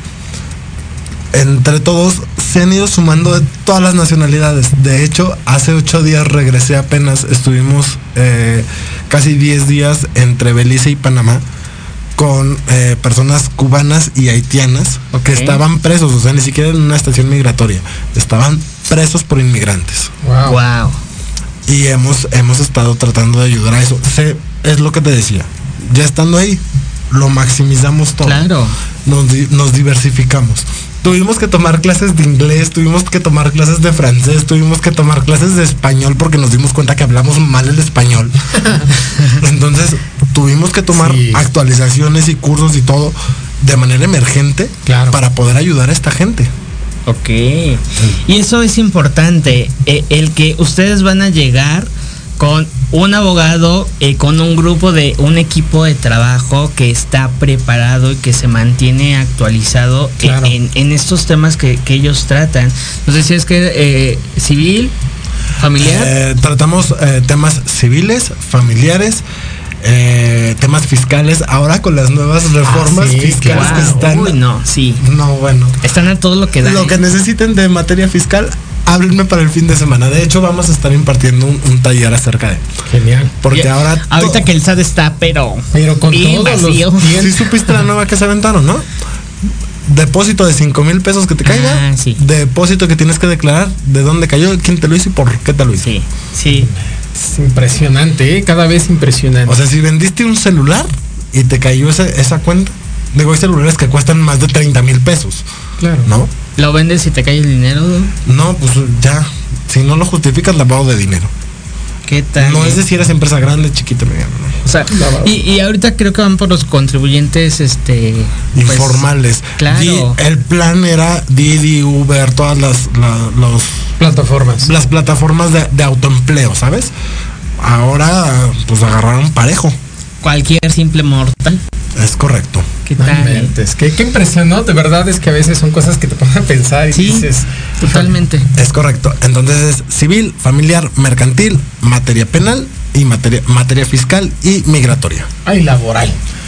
entre todos se han ido sumando de todas las nacionalidades. De hecho, hace 8 días regresé apenas, estuvimos casi 10 días entre Belice y Panamá con personas cubanas y haitianas que estaban presos, o sea, ni siquiera en una estación migratoria, estaban presos por inmigrantes. Wow. Y hemos estado tratando de ayudar a eso. Es lo que te decía, ya estando ahí, lo maximizamos todo. Claro. Nos diversificamos. Tuvimos que tomar clases de inglés, tuvimos que tomar clases de francés, tuvimos que tomar clases de español porque nos dimos cuenta que hablamos mal el español. Entonces, tuvimos que tomar actualizaciones y cursos y todo de manera emergente para poder ayudar a esta gente. Ok. Y eso es importante, el que ustedes van a llegar con un abogado, con un grupo de un equipo de trabajo que está preparado y que se mantiene actualizado en estos temas que ellos tratan. No sé si es que civil, familiar. Tratamos temas civiles, familiares, temas fiscales. Ahora con las nuevas reformas fiscales que están. Uy, no, sí. No, bueno. Están a todo lo que dan. Lo que necesiten de materia fiscal, háblenme para el fin de semana. De hecho, vamos a estar impartiendo un taller acerca de. Genial. Porque ahorita que el SAT está, pero con bien todos vacío. Sí supiste la nueva que se aventaron, ¿no? Depósito de 5,000 pesos que te caiga. Sí. Depósito que tienes que declarar de dónde cayó, quién te lo hizo y por qué te lo hizo. Sí. Es impresionante, cada vez impresionante. O sea, si vendiste un celular y te cayó esa cuenta, digo, hay celulares que cuestan más de 30,000 pesos. Claro. ¿No? ¿Lo vendes y te cae el dinero? No, pues ya, si no lo justificas, lavado de dinero. ¿Qué tal? No es decir, es empresa grande, chiquita, mediana, ¿no? O sea, y ahorita creo que van por los contribuyentes, pues, informales. Claro. Y el plan era Didi, Uber, todas las plataformas. Las plataformas de autoempleo, ¿sabes? Ahora, pues agarraron parejo. Cualquier simple mortal. Es correcto. ¿Qué tal? Qué impresión, ¿no? De verdad es que a veces son cosas que te ponen a pensar y sí, dices... Totalmente. Es correcto. Entonces es civil, familiar, mercantil, materia penal y materia fiscal y migratoria. Ay, laboral.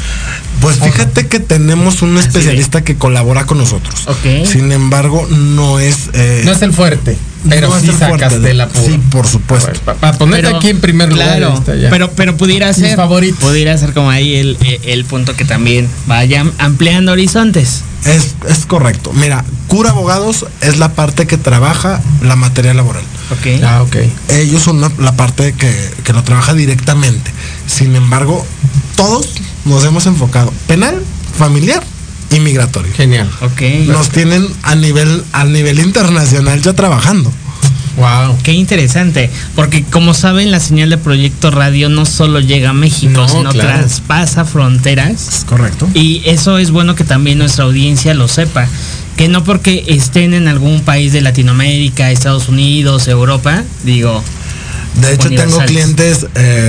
Pues fíjate que tenemos un especialista que colabora con nosotros. Ok. Sin embargo, no es... no es el fuerte. Pero no sí es el sacas fuerte de la pura. Sí, por supuesto. Para ponerte aquí en primer lugar. Claro, pero pudiera ser. Pudiera ser como ahí el punto que también vaya ampliando horizontes. Es correcto. Mira, Cura Abogados es la parte que trabaja la materia laboral. Ok. Ok. Ellos son la parte que lo trabaja directamente. Sin embargo, todos nos hemos enfocado penal, familiar y migratorio. Genial. Ok. Nos tienen a nivel internacional ya trabajando. Wow. Qué interesante, porque como saben, la señal de Proyecto Radio no solo llega a México, sino traspasa fronteras. Es correcto. Y eso es bueno que también nuestra audiencia lo sepa, que no porque estén en algún país de Latinoamérica, Estados Unidos, Europa, digo. De hecho, tengo clientes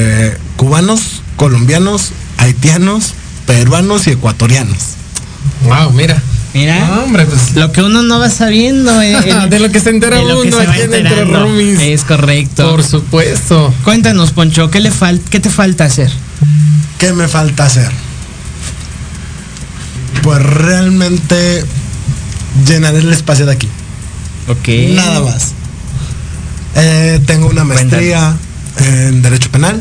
cubanos, colombianos, haitianos, peruanos y ecuatorianos. Wow, mira. Mira, no, hombre, pues, lo que uno no va sabiendo de lo que se entera uno aquí en Entre Roomies. Es correcto. Por supuesto. Cuéntanos, Poncho, ¿qué te falta hacer? ¿Qué me falta hacer? Pues realmente llenar el espacio de aquí. Ok. Nada más. Tengo una maestría en Derecho Penal.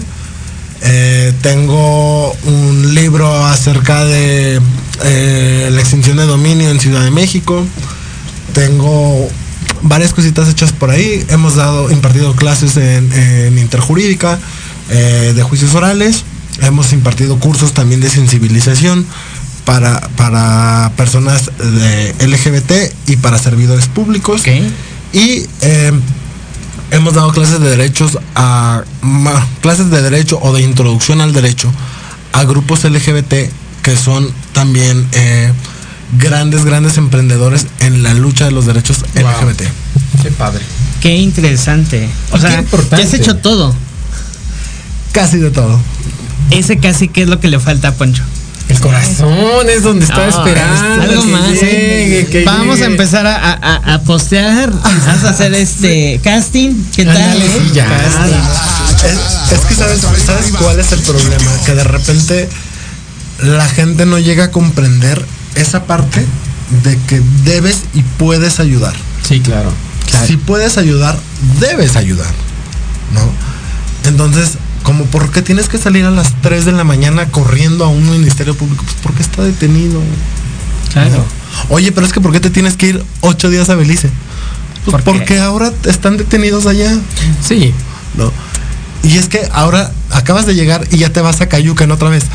Tengo un libro acerca de la extinción de dominio en Ciudad de México. Tengo varias cositas hechas por ahí. Hemos impartido clases en interjurídica, de juicios orales. Hemos impartido cursos también de sensibilización para personas de LGBT y para servidores públicos. Okay. Y hemos dado clases de derechos clases de derecho o de introducción al derecho a grupos LGBT que son también grandes emprendedores en la lucha de los derechos LGBT. Qué padre. Qué interesante. O sea, ya has hecho todo. Casi de todo. Ese casi, ¿qué es lo que le falta a Poncho? El corazón es donde está esperando. Algo más. Vamos a empezar a postear. Vas a hacer casting. ¿Qué tal? Sí, ya. Es que ¿sabes cuál es el problema? Que de repente la gente no llega a comprender esa parte de que debes y puedes ayudar. Sí, claro. Si puedes ayudar, debes ayudar, ¿no? Entonces, como por qué tienes que salir a las 3 de la mañana corriendo a un ministerio público, pues porque está detenido. Claro. ¿No? Oye, pero es que ¿por qué te tienes que ir 8 días a Belice? Pues porque ahora están detenidos allá. Sí. ¿No? Y es que ahora acabas de llegar y ya te vas a Cayucan otra vez.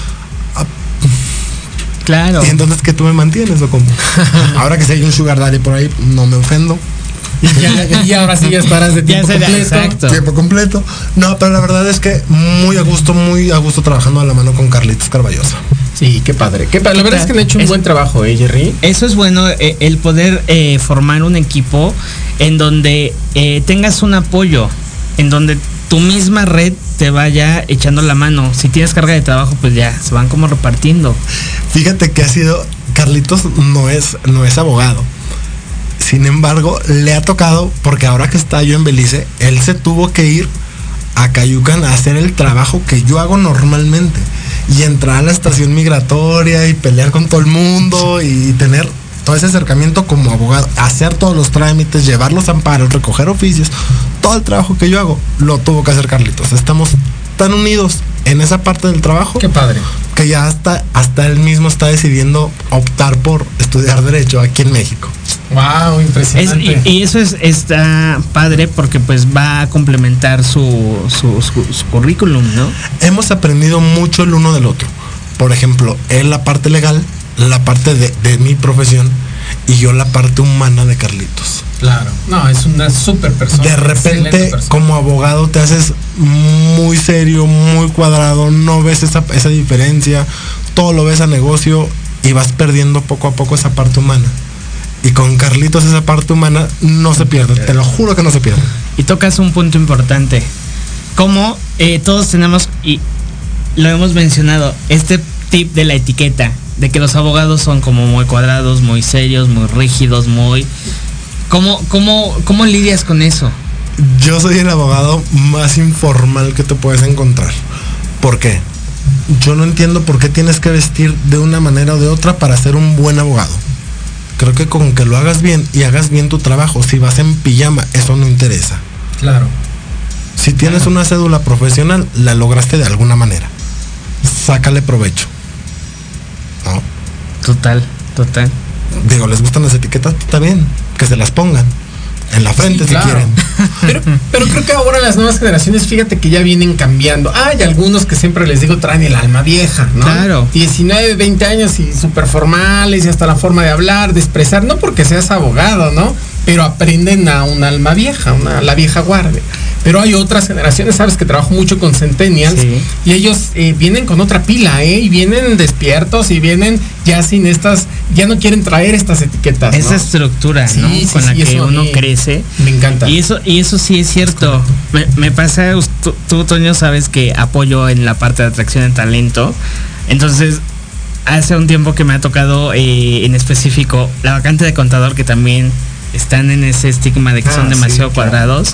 Claro. Y entonces, ¿qué tú me mantienes o cómo? Ahora que si hay un sugar daddy por ahí, no me ofendo. Y ahora sí ya estarás de tiempo completo. Exacto. Tiempo completo. No, pero la verdad es que muy a gusto trabajando a la mano con Carlitos Carballosa. Sí, qué padre. La verdad es que han hecho un buen trabajo, Jerry. Eso es bueno, el poder formar un equipo en donde tengas un apoyo, en donde tu misma red te vaya echando la mano. Si tienes carga de trabajo, pues ya se van como repartiendo. Fíjate que Carlitos no es abogado. Sin embargo, le ha tocado, porque ahora que está yo en Belice, él se tuvo que ir a Cayucan a hacer el trabajo que yo hago normalmente. Y entrar a la estación migratoria y pelear con todo el mundo y tener todo ese acercamiento como abogado, hacer todos los trámites, llevar los amparos, recoger oficios, todo el trabajo que yo hago, lo tuvo que hacer Carlitos. Estamos tan unidos en esa parte del trabajo. Qué padre. Que ya hasta él mismo está decidiendo optar por estudiar Derecho aquí en México. Wow, impresionante. Y eso está padre porque pues va a complementar su currículum, ¿no? Hemos aprendido mucho el uno del otro. Por ejemplo, él la parte legal, la parte de mi profesión, y yo la parte humana de Carlitos. Claro. No, es una súper persona. De repente, como abogado, te haces muy serio, muy cuadrado, no ves esa diferencia, todo lo ves a negocio y vas perdiendo poco a poco esa parte humana. Y con Carlitos esa parte humana no se pierde, te lo juro que no se pierde. Y tocas un punto importante. Como todos tenemos, y lo hemos mencionado, este tip de la etiqueta, de que los abogados son como muy cuadrados, muy serios, muy rígidos, muy... ¿Cómo lidias con eso? Yo soy el abogado más informal que te puedes encontrar. ¿Por qué? Yo no entiendo por qué tienes que vestir de una manera o de otra para ser un buen abogado. Creo que con que lo hagas bien y hagas bien tu trabajo, si vas en pijama, eso no interesa. Claro. Si tienes una cédula profesional, la lograste de alguna manera. Sácale provecho. ¿No? Total. Digo, ¿les gustan las etiquetas? Está bien, que se las pongan en la frente, sí, claro, si quieren. Pero creo que ahora las nuevas generaciones, fíjate que ya vienen cambiando. Hay algunos que siempre les digo traen el alma vieja, ¿no? Claro. 19, 20 años y súper formales y hasta la forma de hablar, de expresar, no porque seas abogado, ¿no? Pero aprenden a un alma vieja, la vieja guardia. Pero hay otras generaciones, sabes que trabajo mucho con centennials, sí, y ellos vienen con otra pila, y vienen despiertos y vienen ya sin estas, ya no quieren traer estas etiquetas. Esa estructura, ¿no? Sí, con la que uno crece. Me encanta. Y eso sí es cierto. Me pasa, tú, Toño, sabes que apoyo en la parte de atracción de talento. Entonces, hace un tiempo que me ha tocado en específico la vacante de contador, que también están en ese estigma de que son demasiado cuadrados.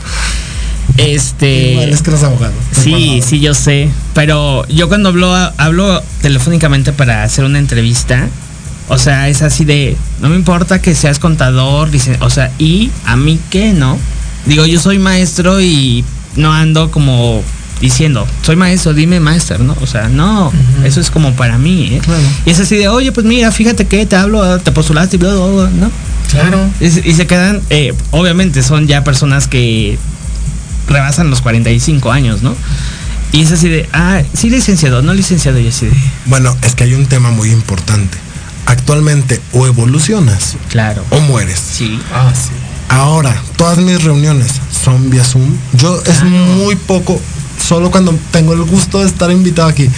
Igual es que los abogados. Sí, yo sé. Pero yo cuando hablo telefónicamente para hacer una entrevista, o sea, es así de, no me importa que seas contador, o sea, ¿y a mí qué, no? Digo, yo soy maestro y no ando como diciendo, soy maestro, dime maestro, ¿no? O sea, no, eso es como para mí, ¿eh? Claro. Y es así de, oye, pues mira, fíjate que te hablo, te postulaste y bla, bla, bla, ¿no? Claro. Y se quedan, obviamente son ya personas que rebasan los 45 años, ¿no? Y es así de, sí licenciado, no licenciado, y así de... Bueno, es que hay un tema muy importante. Actualmente o evolucionas, claro, o mueres. Sí. Sí. Ahora, todas mis reuniones son vía Zoom. Yo es muy poco, solo cuando tengo el gusto de estar invitado aquí.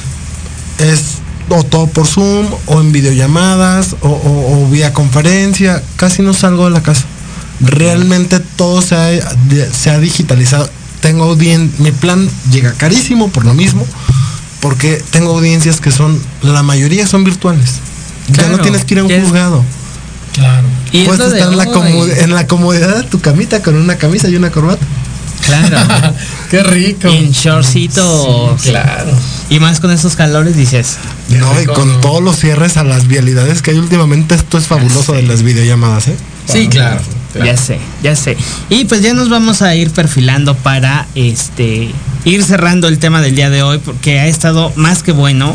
Es o todo por Zoom, o en videollamadas, o vía conferencia. Casi no salgo de la casa. Realmente todo se ha digitalizado. Tengo mi plan llega carísimo por lo mismo, porque tengo audiencias que la mayoría son virtuales. Claro, ya no tienes que ir a un juzgado. Claro. Y puedes estar en la comodidad de tu camita con una camisa y una corbata. Claro. Qué rico. Y en shortcito. Sí, claro. Y más con esos calores dices. No, rico, y con todos los cierres a las vialidades que hay últimamente, esto es fabuloso de las videollamadas, ¿eh? Sí, claro. Ya sé. Y pues ya nos vamos a ir perfilando para ir cerrando el tema del día de hoy, porque ha estado más que bueno.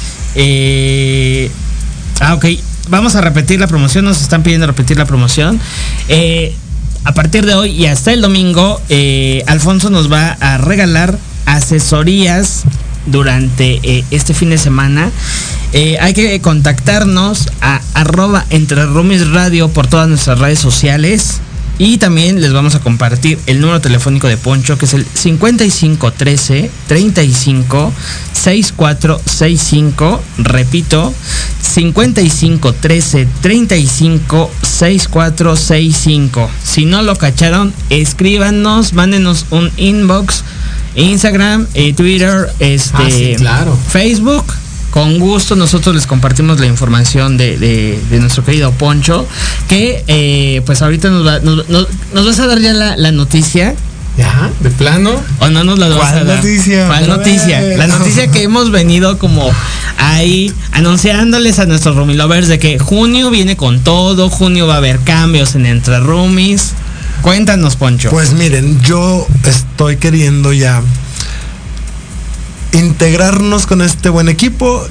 Ok, vamos a repetir la promoción, nos están pidiendo repetir la promoción. A partir de hoy y hasta el domingo, Alfonso nos va a regalar asesorías durante este fin de semana. Hay que contactarnos a @EntreRoomiesRadio por todas nuestras redes sociales. Y también les vamos a compartir el número telefónico de Poncho, que es el 5513 35 6465. Repito, 5513 35 6465. Si no lo cacharon, escríbanos, mándenos un inbox, Instagram, Twitter, sí, claro, Facebook. Con gusto nosotros les compartimos la información de nuestro querido Poncho, que pues ahorita nos vas a dar ya la noticia. ¿Ya? ¿De plano? ¿O no nos la vas a dar? ¿Cuál noticia? La noticia que hemos venido como ahí anunciándoles a nuestros roomie lovers de que junio viene con todo, junio va a haber cambios en Entre Roomies. Cuéntanos, Poncho. Pues miren, yo estoy queriendo ya integrarnos con este buen equipo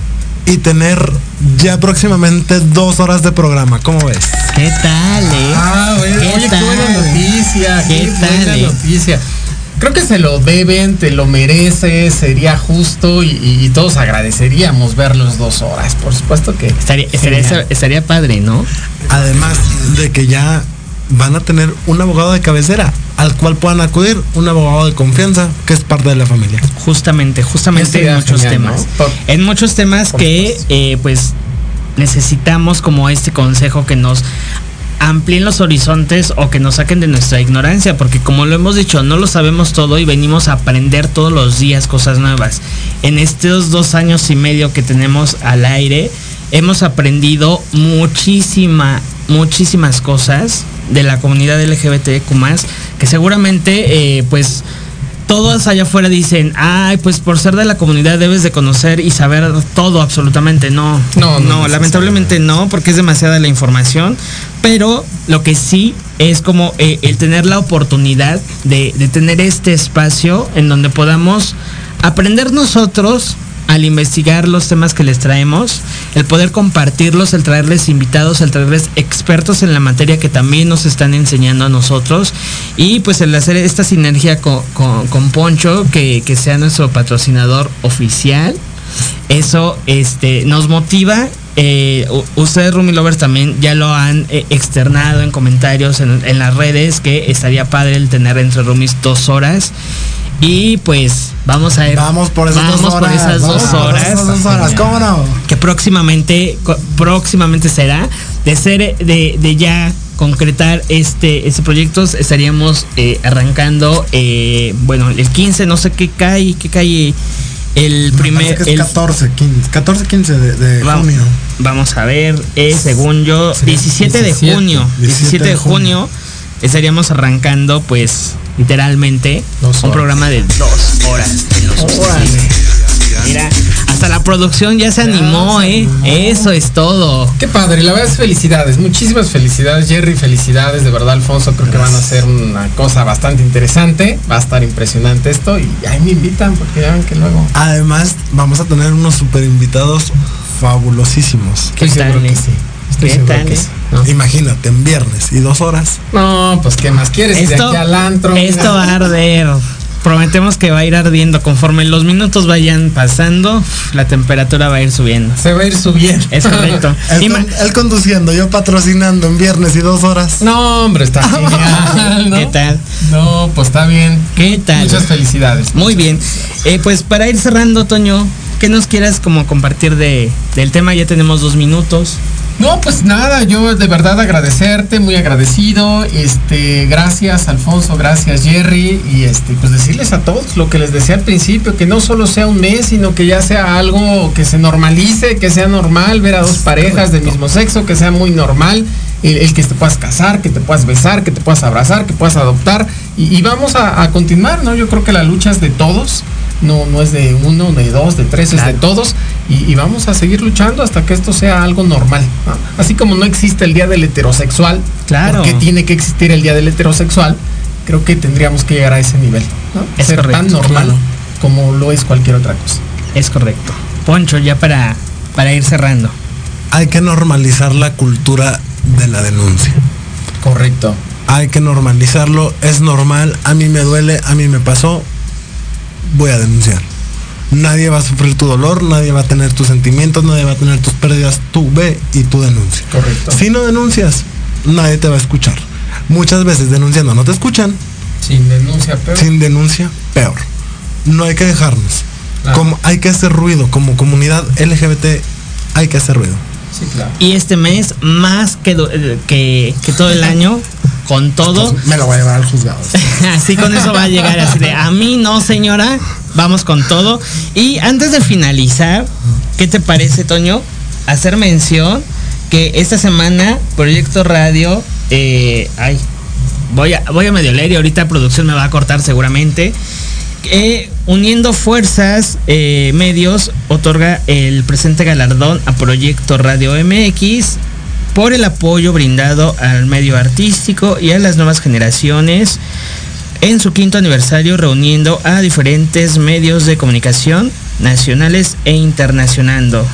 y tener ya próximamente 2 horas de programa. ¿Cómo ves? ¿Qué tal, Oye, qué buena noticia. Qué buena noticia. Creo que se lo deben, te lo mereces, sería justo y todos agradeceríamos verlos 2 horas. Por supuesto que estaría padre, ¿no? Además de que ya van a tener un abogado de cabecera al cual puedan acudir, un abogado de confianza que es parte de la familia. Justamente en muchos temas. ¿No? En muchos temas que pues necesitamos como este consejo que nos amplíen los horizontes o que nos saquen de nuestra ignorancia, porque como lo hemos dicho, no lo sabemos todo y venimos a aprender todos los días cosas nuevas. En estos 2 años y medio que tenemos al aire, hemos aprendido muchísimas cosas de la comunidad LGBTQ+, que seguramente pues todos allá afuera dicen, ay, pues por ser de la comunidad debes de conocer y saber todo absolutamente. No, lamentablemente no, porque es demasiada la información, pero lo que sí es como el tener la oportunidad de tener este espacio en donde podamos aprender nosotros al investigar los temas que les traemos, el poder compartirlos, el traerles invitados, el traerles expertos en la materia que también nos están enseñando a nosotros, y pues el hacer esta sinergia con Poncho, que sea nuestro patrocinador oficial. Eso nos motiva. Ustedes, Roomie Lovers, también ya lo han externado en comentarios en las redes, que estaría padre el tener entre Roomies 2 horas. Y pues vamos a ver. Vamos por esas 2 horas. Por esas 2 horas. ¿Cómo no? Que próximamente será. De ya concretar este proyecto, estaríamos arrancando, el 15, no sé qué cae el primer. Que es 14-15 de junio. Vamos a ver, según yo, 17 de junio. 17 de junio estaríamos arrancando, pues, literalmente, un programa de 2 horas. Mira, hasta la producción ya se animó, Eso es todo. Qué padre, la verdad es felicidades, muchísimas felicidades, Jerry, felicidades, de verdad, Alfonso, creo que van a hacer una cosa bastante interesante, va a estar impresionante esto, y ahí me invitan, porque ya ven que luego... Además, vamos a tener unos super invitados fabulosísimos. ¿Qué tal? ¿Qué tal? No. Imagínate, en viernes y 2 horas. No, pues ¿qué más quieres? Esto, de aquí al antro. Esto va a arder. Prometemos que va a ir ardiendo. Conforme los minutos vayan pasando, la temperatura va a ir subiendo. Se va a ir subiendo. Es correcto. Él conduciendo, yo patrocinando en viernes y 2 horas. No, hombre, está genial, ¿no? ¿Qué tal? No, pues está bien. ¿Qué tal? Muchas felicidades. Muy bien. Pues para ir cerrando, Toño, ¿qué nos quieras como compartir del tema? Ya tenemos 2 minutos. No, pues nada, yo de verdad agradecerte, muy agradecido, gracias Alfonso, gracias Jerry, y pues decirles a todos lo que les decía al principio, que no solo sea un mes, sino que ya sea algo que se normalice, que sea normal ver a 2 parejas del mismo sexo, que sea muy normal, el que te puedas casar, que te puedas besar, que te puedas abrazar, que puedas adoptar, y vamos a continuar, ¿no? Yo creo que la lucha es de todos. No es de 1, de 2, de 3, claro. Es de todos, y vamos a seguir luchando hasta que esto sea algo normal, ¿no? Así como no existe el día del heterosexual, claro. ¿Por qué tiene que existir el día del heterosexual? Creo que tendríamos que llegar a ese nivel, ¿no? Es ser correcto, tan normal, claro, como lo es cualquier otra cosa. Es correcto. Poncho, ya para ir cerrando. Hay que normalizar la cultura de la denuncia. Correcto. Hay que normalizarlo, es normal, a mí me duele, a mí me pasó, voy a denunciar. Nadie va a sufrir tu dolor, nadie va a tener tus sentimientos, nadie va a tener tus pérdidas. Tú ve y tú denuncia. Correcto. Si no denuncias, nadie te va a escuchar. Muchas veces denunciando no te escuchan. Sin denuncia, peor. Sin denuncia, peor. No hay que dejarnos. Como hay que hacer ruido, como comunidad LGBT hay que hacer ruido. Sí, claro. Y este mes, más que todo el año, con todo. Entonces, me lo voy a llevar al juzgado. Así con eso va a llegar, así de, a mí no, señora, vamos con todo. Y antes de finalizar, ¿qué te parece, Toño? Hacer mención que esta semana Proyecto Radio, voy a medio leer y ahorita producción me va a cortar seguramente. Uniendo fuerzas, medios, otorga el presente galardón a Proyecto Radio MX por el apoyo brindado al medio artístico y a las nuevas generaciones en su 5º aniversario, reuniendo a diferentes medios de comunicación nacionales e internacionales,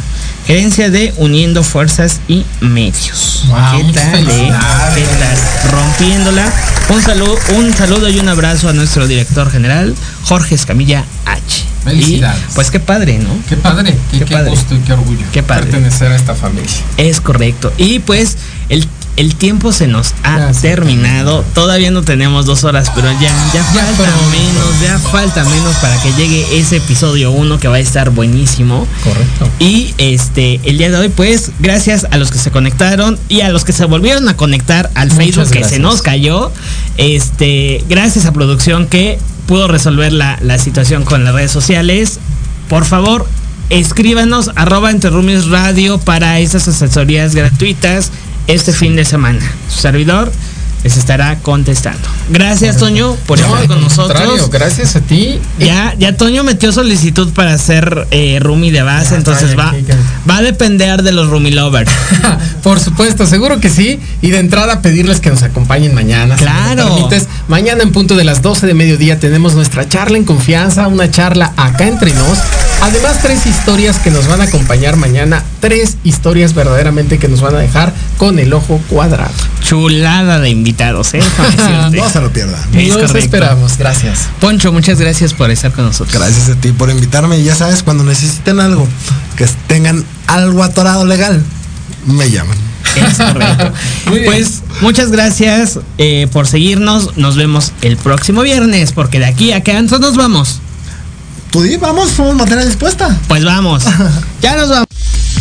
gerencia de Uniendo Fuerzas y Medios. Wow, ¿Qué tal, ¿Qué tal? Rompiéndola. Un saludo y un abrazo a nuestro director general, Jorge Escamilla H. Felicidades. Y, pues qué padre, ¿no? Qué padre, qué padre. gusto y qué orgullo. Qué padre. Pertenecer a esta familia. Es correcto. Y pues el tiempo se nos ha terminado. Todavía no tenemos 2 horas, pero ya falta menos para que llegue ese episodio 1 que va a estar buenísimo. Correcto. Y el día de hoy, pues, gracias a los que se conectaron y a los que se volvieron a conectar al Facebook que se nos cayó. Gracias a producción que pudo resolver la situación con las redes sociales. Por favor, escríbanos @EntreRoomies Radio para esas asesorías gratuitas este fin de semana. Su servidor les estará contestando. Gracias, Toño, por estar con nosotros. Gracias a ti. Ya Toño metió solicitud para ser roomie de base, entonces va a depender de los roomie lovers. Por supuesto, seguro que sí. Y de entrada pedirles que nos acompañen mañana. Claro. Si me permites. Mañana en punto de las 12 de mediodía tenemos nuestra charla en confianza, una charla acá entre nos. Además, 3 historias que nos van a acompañar mañana. 3 historias verdaderamente que nos van a dejar con el ojo cuadrado. Chulada de invitados, ¿eh? No se lo pierdan. Nos esperamos. Gracias. Poncho, muchas gracias por estar con nosotros. Gracias a ti por invitarme. Y ya sabes, cuando necesiten algo, que tengan algo atorado legal, me llaman. Es correcto. Pues muchas gracias por seguirnos. Nos vemos el próximo viernes, porque de aquí a que antes nos vamos. Tú di, vamos, somos materia dispuesta. Pues vamos. Ya nos vamos.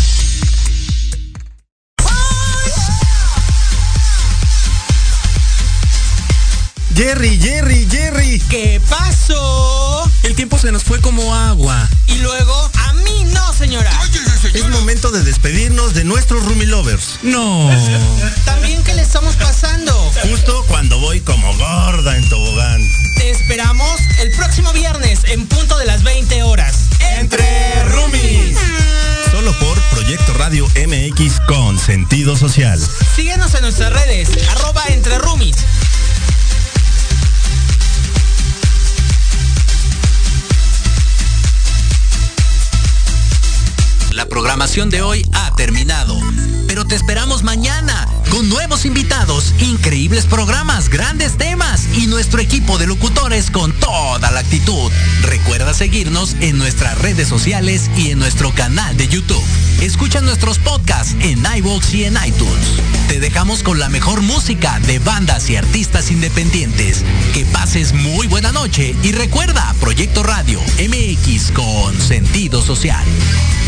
Jerry. ¿Qué pasó? El tiempo se nos fue como agua. Y luego, a mí no, señora. Es momento de despedirnos de nuestros roomie lovers. No. También, ¿qué le estamos pasando? Justo cuando voy como gorda en tobogán. Te esperamos el próximo viernes en punto de las 20 horas. Entre Roomies. Solo por Proyecto Radio MX con sentido social. Síguenos en nuestras redes, @EntreRoomies. La programación de hoy ha terminado, pero te esperamos mañana con nuevos invitados, increíbles programas, grandes temas y nuestro equipo de locutores con toda la actitud. Recuerda seguirnos en nuestras redes sociales y en nuestro canal de YouTube. Escucha nuestros podcasts en iVoox y en iTunes. Te dejamos con la mejor música de bandas y artistas independientes. Que pases muy buena noche y recuerda, Proyecto Radio MX con sentido social.